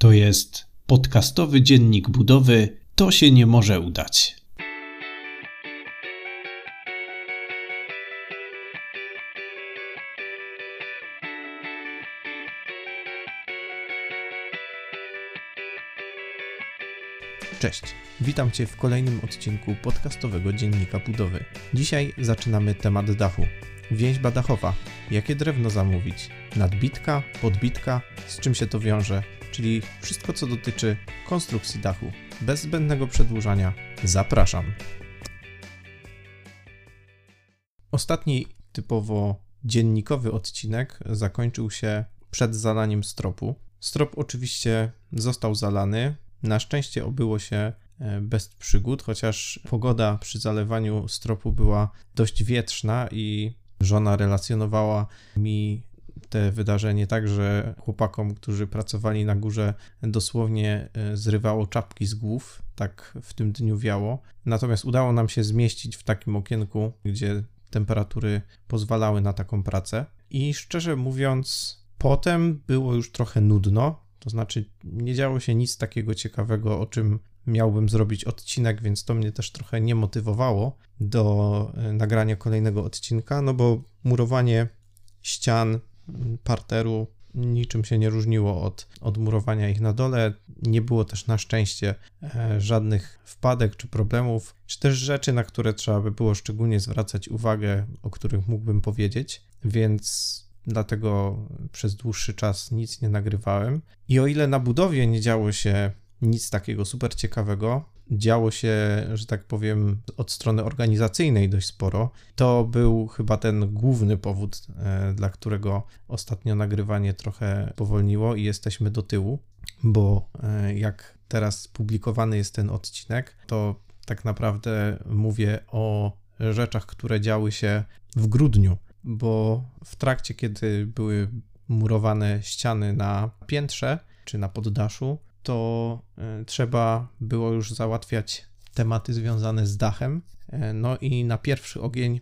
To jest podcastowy dziennik budowy To się nie może udać. Cześć, witam Cię w kolejnym odcinku podcastowego dziennika budowy. Dzisiaj zaczynamy temat dachu. Więźba dachowa. Jakie drewno zamówić? Nadbitka, podbitka, z czym się to wiąże? Czyli wszystko, co dotyczy konstrukcji dachu. Bez zbędnego przedłużania, zapraszam. Ostatni typowo dziennikowy odcinek zakończył się przed zalaniem stropu. Strop oczywiście został zalany. Na szczęście obyło się bez przygód, chociaż pogoda przy zalewaniu stropu była dość wietrzna i żona relacjonowała mi te wydarzenie tak, że chłopakom, którzy pracowali na górze, dosłownie zrywało czapki z głów, tak w tym dniu wiało. Natomiast udało nam się zmieścić w takim okienku, gdzie temperatury pozwalały na taką pracę. I szczerze mówiąc, potem było już trochę nudno, to znaczy nie działo się nic takiego ciekawego, o czym miałbym zrobić odcinek, więc to mnie też trochę nie motywowało do nagrania kolejnego odcinka, no bo murowanie ścian, parteru niczym się nie różniło od murowania ich na dole. Nie było też na szczęście żadnych wpadek czy problemów, czy też rzeczy, na które trzeba by było szczególnie zwracać uwagę, o których mógłbym powiedzieć, więc dlatego przez dłuższy czas nic nie nagrywałem. I o ile na budowie nie działo się nic takiego super ciekawego, działo się, że tak powiem, od strony organizacyjnej dość sporo, to był chyba ten główny powód, dla którego ostatnio nagrywanie trochę powolniło i jesteśmy do tyłu, bo jak teraz publikowany jest ten odcinek, to tak naprawdę mówię o rzeczach, które działy się w grudniu, bo w trakcie, kiedy były murowane ściany na piętrze czy na poddaszu, to trzeba było już załatwiać tematy związane z dachem. No i na pierwszy ogień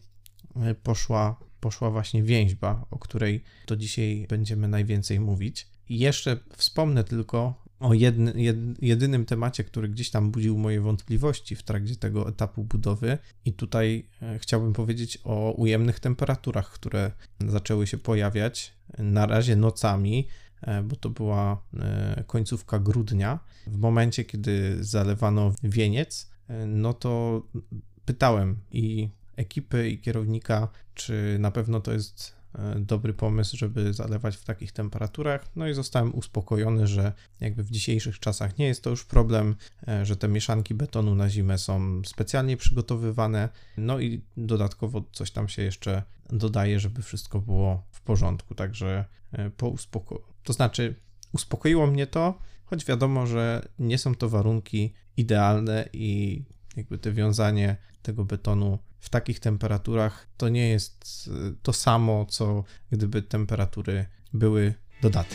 poszła właśnie więźba, o której to dzisiaj będziemy najwięcej mówić. I jeszcze wspomnę tylko o jedynym temacie, który gdzieś tam budził moje wątpliwości w trakcie tego etapu budowy. I tutaj chciałbym powiedzieć o ujemnych temperaturach, które zaczęły się pojawiać na razie nocami, bo to była końcówka grudnia. W momencie, kiedy zalewano wieniec, no to pytałem i ekipy, i kierownika, czy na pewno to jest dobry pomysł, żeby zalewać w takich temperaturach. No i zostałem uspokojony, że jakby w dzisiejszych czasach nie jest to już problem, że te mieszanki betonu na zimę są specjalnie przygotowywane. No i dodatkowo coś tam się jeszcze dodaje, żeby wszystko było w porządku. Także uspokoiło mnie to, choć wiadomo, że nie są to warunki idealne i jakby to wiązanie tego betonu w takich temperaturach to nie jest to samo, co gdyby temperatury były dodatnie.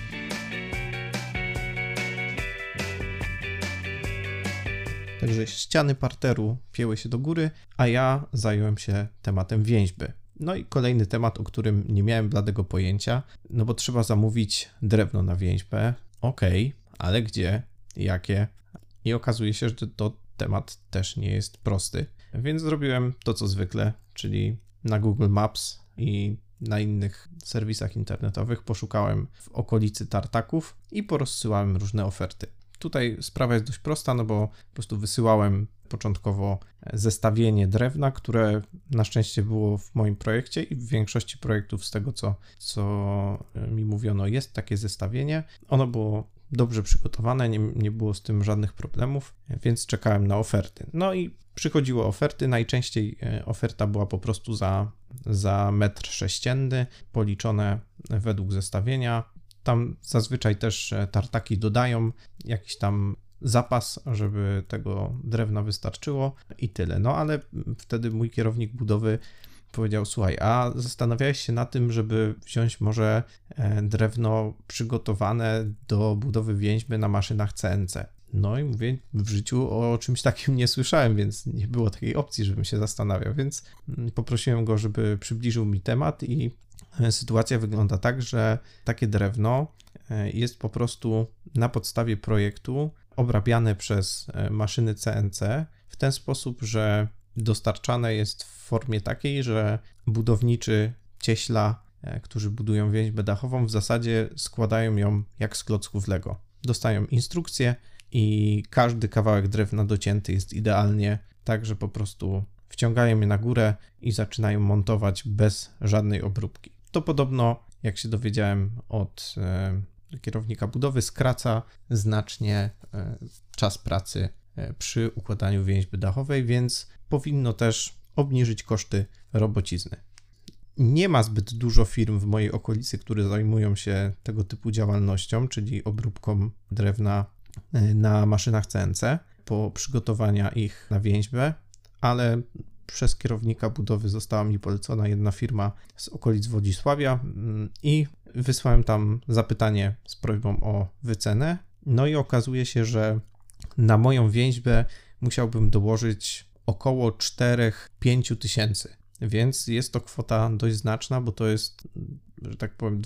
Także ściany parteru pięły się do góry, a ja zająłem się tematem więźby. No i kolejny temat, o którym nie miałem bladego pojęcia, no bo trzeba zamówić drewno na więźbę. Okej, ale gdzie? Jakie? I okazuje się, że to temat też nie jest prosty. Więc zrobiłem to, co zwykle, czyli na Google Maps i na innych serwisach internetowych poszukałem w okolicy tartaków i porozsyłałem różne oferty. Tutaj sprawa jest dość prosta, no bo po prostu wysyłałem początkowo zestawienie drewna, które na szczęście było w moim projekcie i w większości projektów z tego, co mi mówiono, jest takie zestawienie. Ono było dobrze przygotowane, nie było z tym żadnych problemów, więc czekałem na oferty. No i przychodziły oferty, najczęściej oferta była po prostu za metr sześcienny, policzone według zestawienia. Tam zazwyczaj też tartaki dodają jakiś tam zapas, żeby tego drewna wystarczyło i tyle. No ale wtedy mój kierownik budowy powiedział: słuchaj, a zastanawiałeś się na tym, żeby wziąć może drewno przygotowane do budowy więźby na maszynach CNC. No i mówię, w życiu o czymś takim nie słyszałem, więc nie było takiej opcji, żebym się zastanawiał, więc poprosiłem go, żeby przybliżył mi temat i sytuacja wygląda tak, że takie drewno jest po prostu na podstawie projektu obrabiane przez maszyny CNC w ten sposób, że dostarczane jest w formie takiej, że budowniczy cieśla, którzy budują więźbę dachową, w zasadzie składają ją jak z klocków Lego. Dostają instrukcje i każdy kawałek drewna docięty jest idealnie, tak że po prostu wciągają je na górę i zaczynają montować bez żadnej obróbki. To podobno, jak się dowiedziałem od kierownika budowy, skraca znacznie czas pracy przy układaniu więźby dachowej, więc powinno też obniżyć koszty robocizny. Nie ma zbyt dużo firm w mojej okolicy, które zajmują się tego typu działalnością, czyli obróbką drewna na maszynach CNC po przygotowaniu ich na więźbę, ale przez kierownika budowy została mi polecona jedna firma z okolic Wodzisławia i wysłałem tam zapytanie z prośbą o wycenę. No i okazuje się, że na moją więźbę musiałbym dołożyć około 4-5 tysięcy, więc jest to kwota dość znaczna, bo to jest, że tak powiem,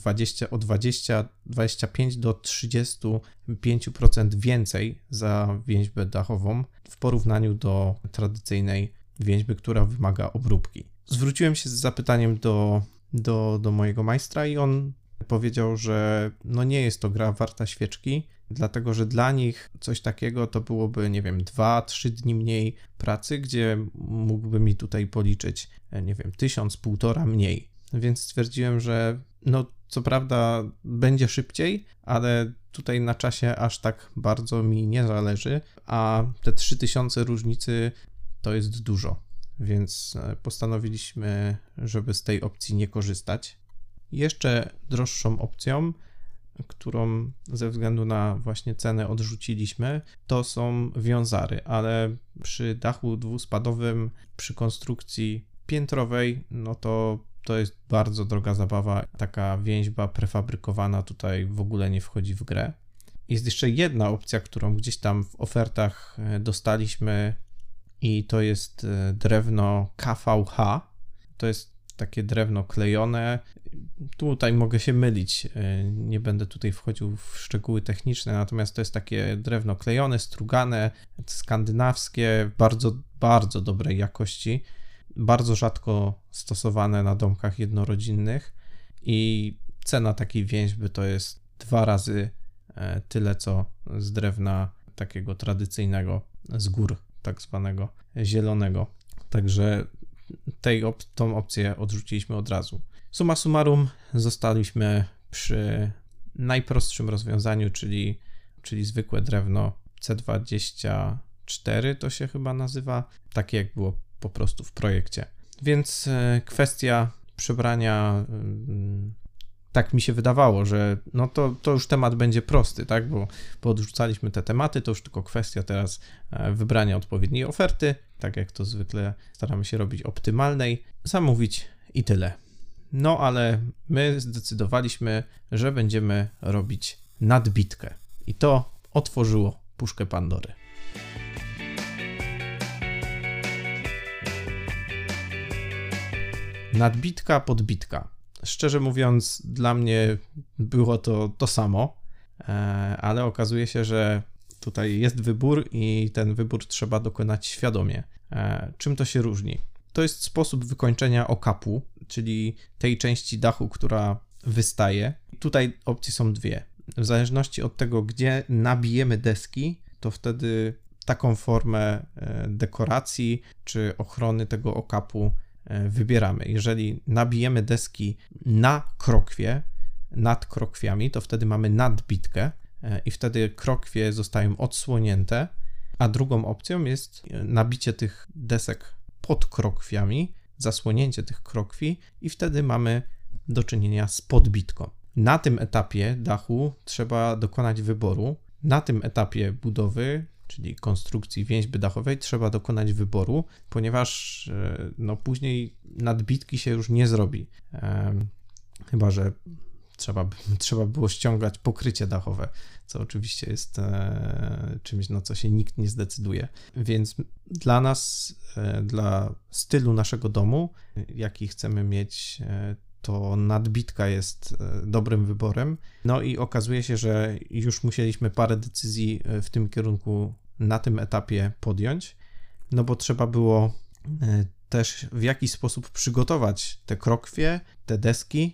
25 do 35% więcej za więźbę dachową w porównaniu do tradycyjnej więźby, która wymaga obróbki. Zwróciłem się z zapytaniem do mojego majstra i on powiedział, że no nie jest to gra warta świeczki, dlatego że dla nich coś takiego to byłoby, nie wiem, 2-3 dni mniej pracy, gdzie mógłby mi tutaj policzyć, nie wiem, 1000-1,5 mniej. Więc stwierdziłem, że no co prawda będzie szybciej, ale tutaj na czasie aż tak bardzo mi nie zależy, a te 3000 różnicy to jest dużo, więc postanowiliśmy, żeby z tej opcji nie korzystać. Jeszcze droższą opcją, którą ze względu na właśnie cenę odrzuciliśmy, to są wiązary, ale przy dachu dwuspadowym, przy konstrukcji piętrowej, no to jest bardzo droga zabawa. Taka więźba prefabrykowana tutaj w ogóle nie wchodzi w grę. Jest jeszcze jedna opcja, którą gdzieś tam w ofertach dostaliśmy i to jest drewno KVH. To jest takie drewno klejone. Tutaj mogę się mylić, nie będę tutaj wchodził w szczegóły techniczne, natomiast to jest takie drewno klejone, strugane, skandynawskie, bardzo, bardzo dobrej jakości, bardzo rzadko stosowane na domkach jednorodzinnych i cena takiej więźby to jest 2 razy tyle, co z drewna takiego tradycyjnego z gór, tak zwanego zielonego. Także tą opcję odrzuciliśmy od razu. Summa summarum zostaliśmy przy najprostszym rozwiązaniu, czyli zwykłe drewno C24 to się chyba nazywa, takie jak było po prostu w projekcie. Więc kwestia przebrania, tak mi się wydawało, że no to już temat będzie prosty, tak, bo odrzucaliśmy te tematy, to już tylko kwestia teraz wybrania odpowiedniej oferty, tak jak to zwykle staramy się robić, optymalnej, zamówić i tyle. No ale my zdecydowaliśmy, że będziemy robić nadbitkę i to otworzyło puszkę Pandory. Nadbitka, podbitka. Szczerze mówiąc, dla mnie było to samo, ale okazuje się, że tutaj jest wybór i ten wybór trzeba dokonać świadomie. Czym to się różni? To jest sposób wykończenia okapu, czyli tej części dachu, która wystaje. Tutaj opcje są dwie. W zależności od tego, gdzie nabijemy deski, to wtedy taką formę dekoracji czy ochrony tego okapu wybieramy. Jeżeli nabijemy deski na krokwie, nad krokwiami, to wtedy mamy nadbitkę i wtedy krokwie zostają odsłonięte, a drugą opcją jest nabicie tych desek pod krokwiami, zasłonięcie tych krokwi i wtedy mamy do czynienia z podbitką. Na tym etapie dachu trzeba dokonać wyboru. Na tym etapie budowy, czyli konstrukcji więźby dachowej, trzeba dokonać wyboru, ponieważ no, później nadbitki się już nie zrobi. Chyba że trzeba było ściągać pokrycie dachowe, co oczywiście jest czymś, na co się nikt nie zdecyduje. Więc dla nas, dla stylu naszego domu, jaki chcemy mieć, to nadbitka jest dobrym wyborem. No i okazuje się, że już musieliśmy parę decyzji w tym kierunku na tym etapie podjąć, no bo trzeba było też w jakiś sposób przygotować te krokwie, te deski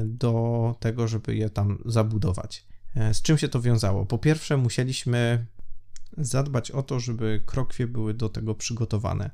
do tego, żeby je tam zabudować. Z czym się to wiązało? Po pierwsze, musieliśmy zadbać o to, żeby krokwie były do tego przygotowane.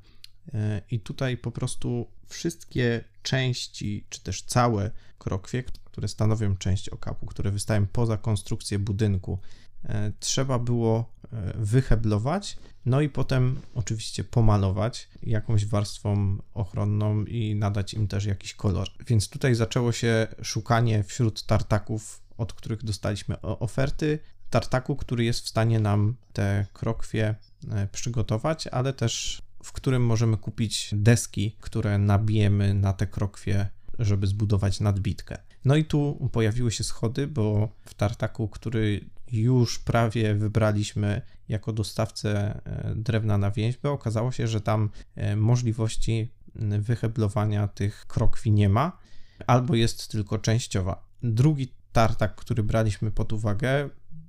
I tutaj po prostu wszystkie części, czy też całe krokwie, które stanowią część okapu, które wystają poza konstrukcję budynku, trzeba było wyheblować, no i potem oczywiście pomalować jakąś warstwą ochronną i nadać im też jakiś kolor. Więc tutaj zaczęło się szukanie wśród tartaków, od których dostaliśmy oferty, tartaku, który jest w stanie nam te krokwie przygotować, ale też w którym możemy kupić deski, które nabijemy na te krokwie, żeby zbudować nadbitkę. No i tu pojawiły się schody, bo w tartaku, który już prawie wybraliśmy jako dostawcę drewna na więźbę, okazało się, że tam możliwości wyheblowania tych krokwi nie ma, albo jest tylko częściowa. Drugi tartak, który braliśmy pod uwagę,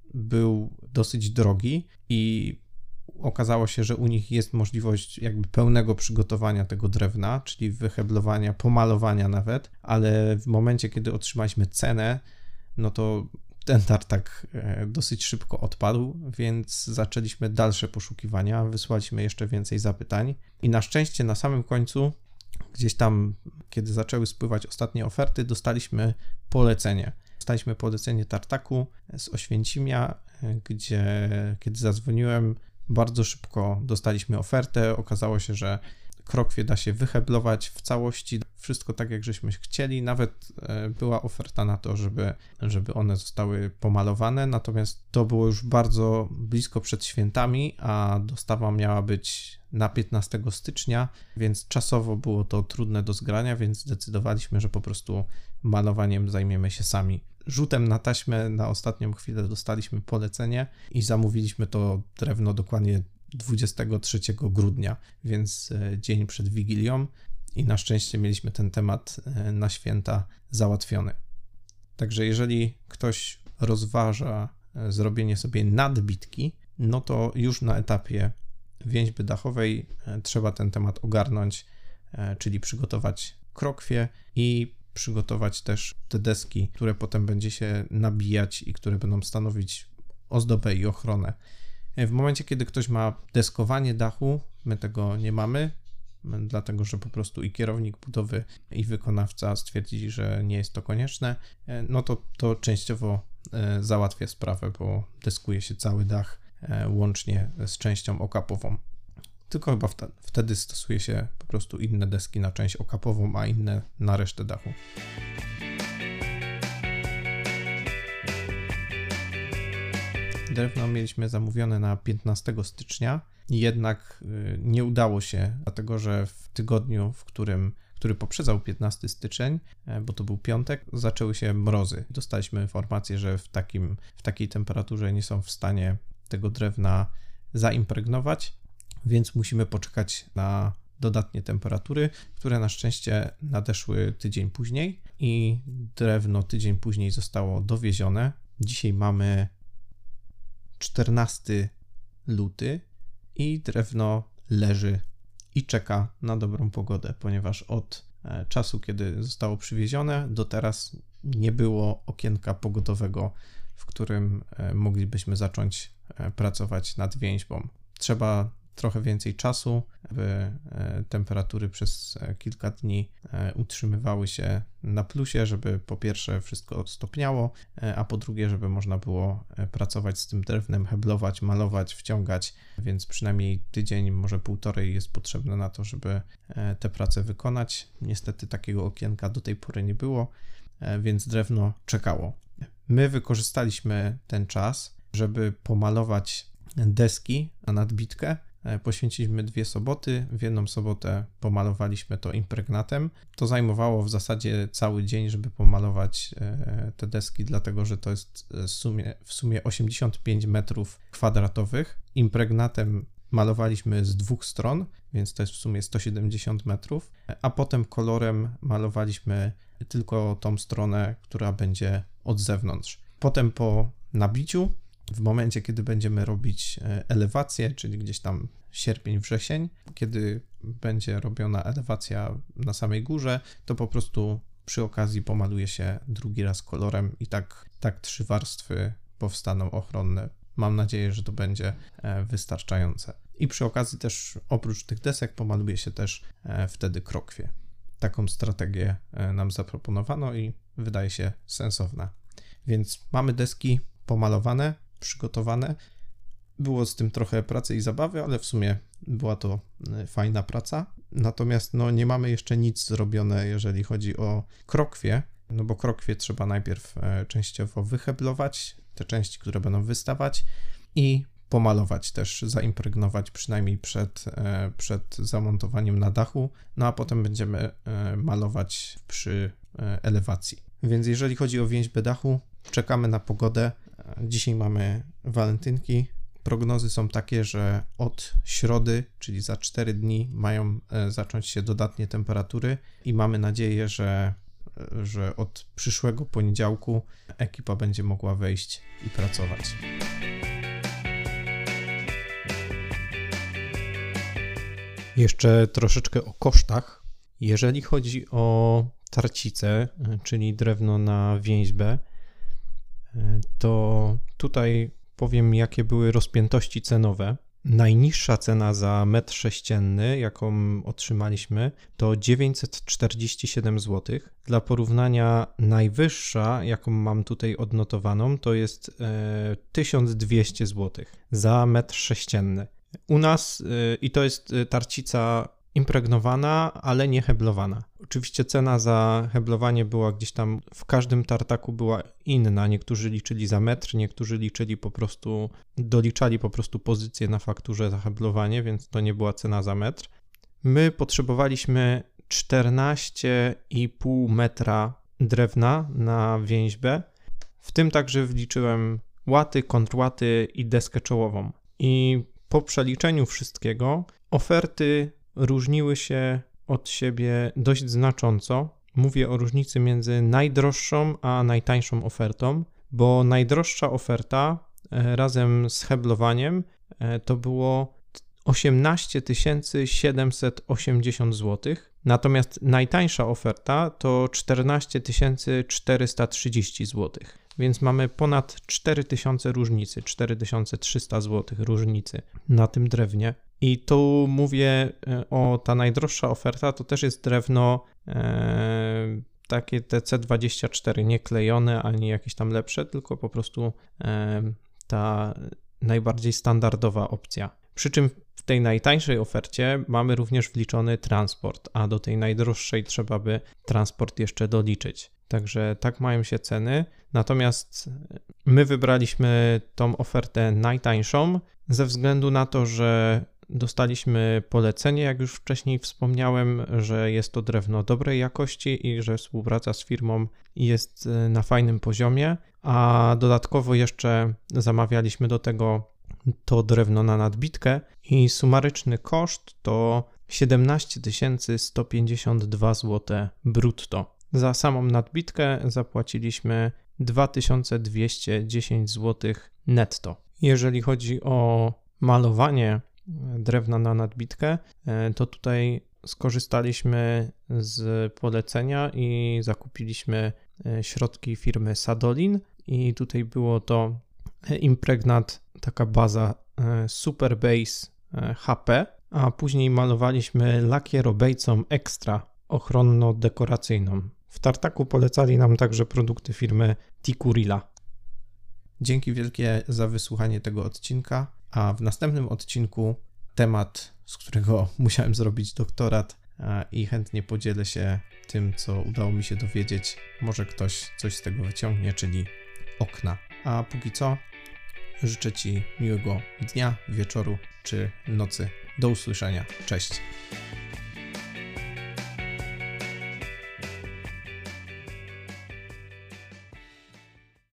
był dosyć drogi i okazało się, że u nich jest możliwość jakby pełnego przygotowania tego drewna, czyli wyheblowania, pomalowania nawet, ale w momencie, kiedy otrzymaliśmy cenę, no to ten tartak dosyć szybko odpadł, więc zaczęliśmy dalsze poszukiwania, wysłaliśmy jeszcze więcej zapytań i na szczęście na samym końcu, gdzieś tam, kiedy zaczęły spływać ostatnie oferty, dostaliśmy polecenie. Dostaliśmy polecenie tartaku z Oświęcimia, gdzie kiedy zadzwoniłem, bardzo szybko dostaliśmy ofertę. Okazało się, że krokwie da się wyheblować w całości, wszystko tak jak żeśmy chcieli. Nawet była oferta na to, żeby one zostały pomalowane, natomiast to było już bardzo blisko przed świętami, a dostawa miała być na 15 stycznia, więc czasowo było to trudne do zgrania, więc zdecydowaliśmy, że po prostu malowaniem zajmiemy się sami. Rzutem na taśmę na ostatnią chwilę dostaliśmy polecenie i zamówiliśmy to drewno dokładnie 23 grudnia, więc dzień przed Wigilią i na szczęście mieliśmy ten temat na święta załatwiony. Także jeżeli ktoś rozważa zrobienie sobie nadbitki, no to już na etapie więźby dachowej trzeba ten temat ogarnąć, czyli przygotować krokwie i przygotować też te deski, które potem będzie się nabijać i które będą stanowić ozdobę i ochronę. W momencie, kiedy ktoś ma deskowanie dachu, my tego nie mamy, dlatego że po prostu i kierownik budowy, i wykonawca stwierdzili, że nie jest to konieczne, no to częściowo załatwia sprawę, bo deskuje się cały dach łącznie z częścią okapową. Tylko chyba wtedy stosuje się po prostu inne deski na część okapową, a inne na resztę dachu. Drewno mieliśmy zamówione na 15 stycznia, jednak nie udało się, dlatego że w tygodniu, który poprzedzał 15 styczeń, bo to był piątek, zaczęły się mrozy. Dostaliśmy informację, że w takiej temperaturze nie są w stanie tego drewna zaimpregnować, więc musimy poczekać na dodatnie temperatury, które na szczęście nadeszły tydzień później i drewno tydzień później zostało dowiezione. Dzisiaj mamy 14 luty i drewno leży i czeka na dobrą pogodę, ponieważ od czasu, kiedy zostało przywiezione, do teraz nie było okienka pogodowego, w którym moglibyśmy zacząć pracować nad więźbą. Trzeba trochę więcej czasu, aby temperatury przez kilka dni utrzymywały się na plusie, żeby po pierwsze wszystko stopniało, a po drugie, żeby można było pracować z tym drewnem, heblować, malować, wciągać, więc przynajmniej tydzień, może półtorej jest potrzebne na to, żeby te prace wykonać. Niestety takiego okienka do tej pory nie było, więc drewno czekało. My wykorzystaliśmy ten czas, żeby pomalować deski na nadbitkę. Poświęciliśmy 2 soboty. W jedną sobotę pomalowaliśmy to impregnatem. To zajmowało w zasadzie cały dzień, żeby pomalować te deski, dlatego że to jest w sumie 85 metrów kwadratowych. Impregnatem malowaliśmy z 2 stron, więc to jest w sumie 170 metrów, a potem kolorem malowaliśmy tylko tą stronę, która będzie od zewnątrz. Potem po nabiciu, w momencie, kiedy będziemy robić elewację, czyli gdzieś tam sierpień, wrzesień, kiedy będzie robiona elewacja na samej górze, to po prostu przy okazji pomaluje się drugi raz kolorem i tak 3 warstwy powstaną ochronne. Mam nadzieję, że to będzie wystarczające. I przy okazji też oprócz tych desek pomaluje się też wtedy krokwie. Taką strategię nam zaproponowano i wydaje się sensowna. Więc mamy deski pomalowane, przygotowane. Było z tym trochę pracy i zabawy, ale w sumie była to fajna praca. Natomiast nie mamy jeszcze nic zrobione, jeżeli chodzi o krokwie, bo krokwie trzeba najpierw częściowo wyheblować, te części, które będą wystawać i pomalować też, zaimpregnować przynajmniej przed zamontowaniem na dachu, a potem będziemy malować przy elewacji. Więc jeżeli chodzi o więźbę dachu, czekamy na pogodę. Dzisiaj mamy walentynki. Prognozy są takie, że od środy, czyli za 4 dni mają zacząć się dodatnie temperatury i mamy nadzieję, że od przyszłego poniedziałku ekipa będzie mogła wejść i pracować. Jeszcze troszeczkę o kosztach. Jeżeli chodzi o tarcicę, czyli drewno na więźbę, to tutaj powiem, jakie były rozpiętości cenowe. Najniższa cena za metr sześcienny, jaką otrzymaliśmy, to 947 zł. Dla porównania najwyższa, jaką mam tutaj odnotowaną, to jest 1200 zł za metr sześcienny. U nas i to jest tarcica impregnowana, ale nie heblowana. Oczywiście cena za heblowanie była gdzieś tam, w każdym tartaku była inna. Niektórzy liczyli za metr, niektórzy doliczali po prostu pozycję na fakturze za heblowanie, więc to nie była cena za metr. My potrzebowaliśmy 14,5 metra drewna na więźbę. W tym także wliczyłem łaty, kontrłaty i deskę czołową. I po przeliczeniu wszystkiego oferty różniły się od siebie dość znacząco. Mówię o różnicy między najdroższą a najtańszą ofertą, bo najdroższa oferta razem z heblowaniem to było 18 780 zł, natomiast najtańsza oferta to 14 430 zł. Więc mamy ponad 4000 różnicy, 4300 zł różnicy na tym drewnie. I tu mówię ta najdroższa oferta, to też jest drewno takie TC24, nie klejone ani jakieś tam lepsze, tylko po prostu ta najbardziej standardowa opcja. Przy czym w tej najtańszej ofercie mamy również wliczony transport, a do tej najdroższej trzeba by transport jeszcze doliczyć. Także tak mają się ceny, natomiast my wybraliśmy tą ofertę najtańszą ze względu na to, że dostaliśmy polecenie, jak już wcześniej wspomniałem, że jest to drewno dobrej jakości i że współpraca z firmą jest na fajnym poziomie, a dodatkowo jeszcze zamawialiśmy do tego to drewno na nadbitkę i sumaryczny koszt to 17 152 zł brutto. Za samą nadbitkę zapłaciliśmy 2210 zł netto. Jeżeli chodzi o malowanie drewna na nadbitkę, to tutaj skorzystaliśmy z polecenia i zakupiliśmy środki firmy Sadolin i tutaj było to impregnat, taka baza Super Base HP, a później malowaliśmy lakierobejcą Extra ochronno-dekoracyjną. W tartaku polecali nam także produkty firmy Tikurila. Dzięki wielkie za wysłuchanie tego odcinka, a w następnym odcinku temat, z którego musiałem zrobić doktorat i chętnie podzielę się tym, co udało mi się dowiedzieć. Może ktoś coś z tego wyciągnie, czyli okna. A póki co życzę Ci miłego dnia, wieczoru czy nocy. Do usłyszenia. Cześć.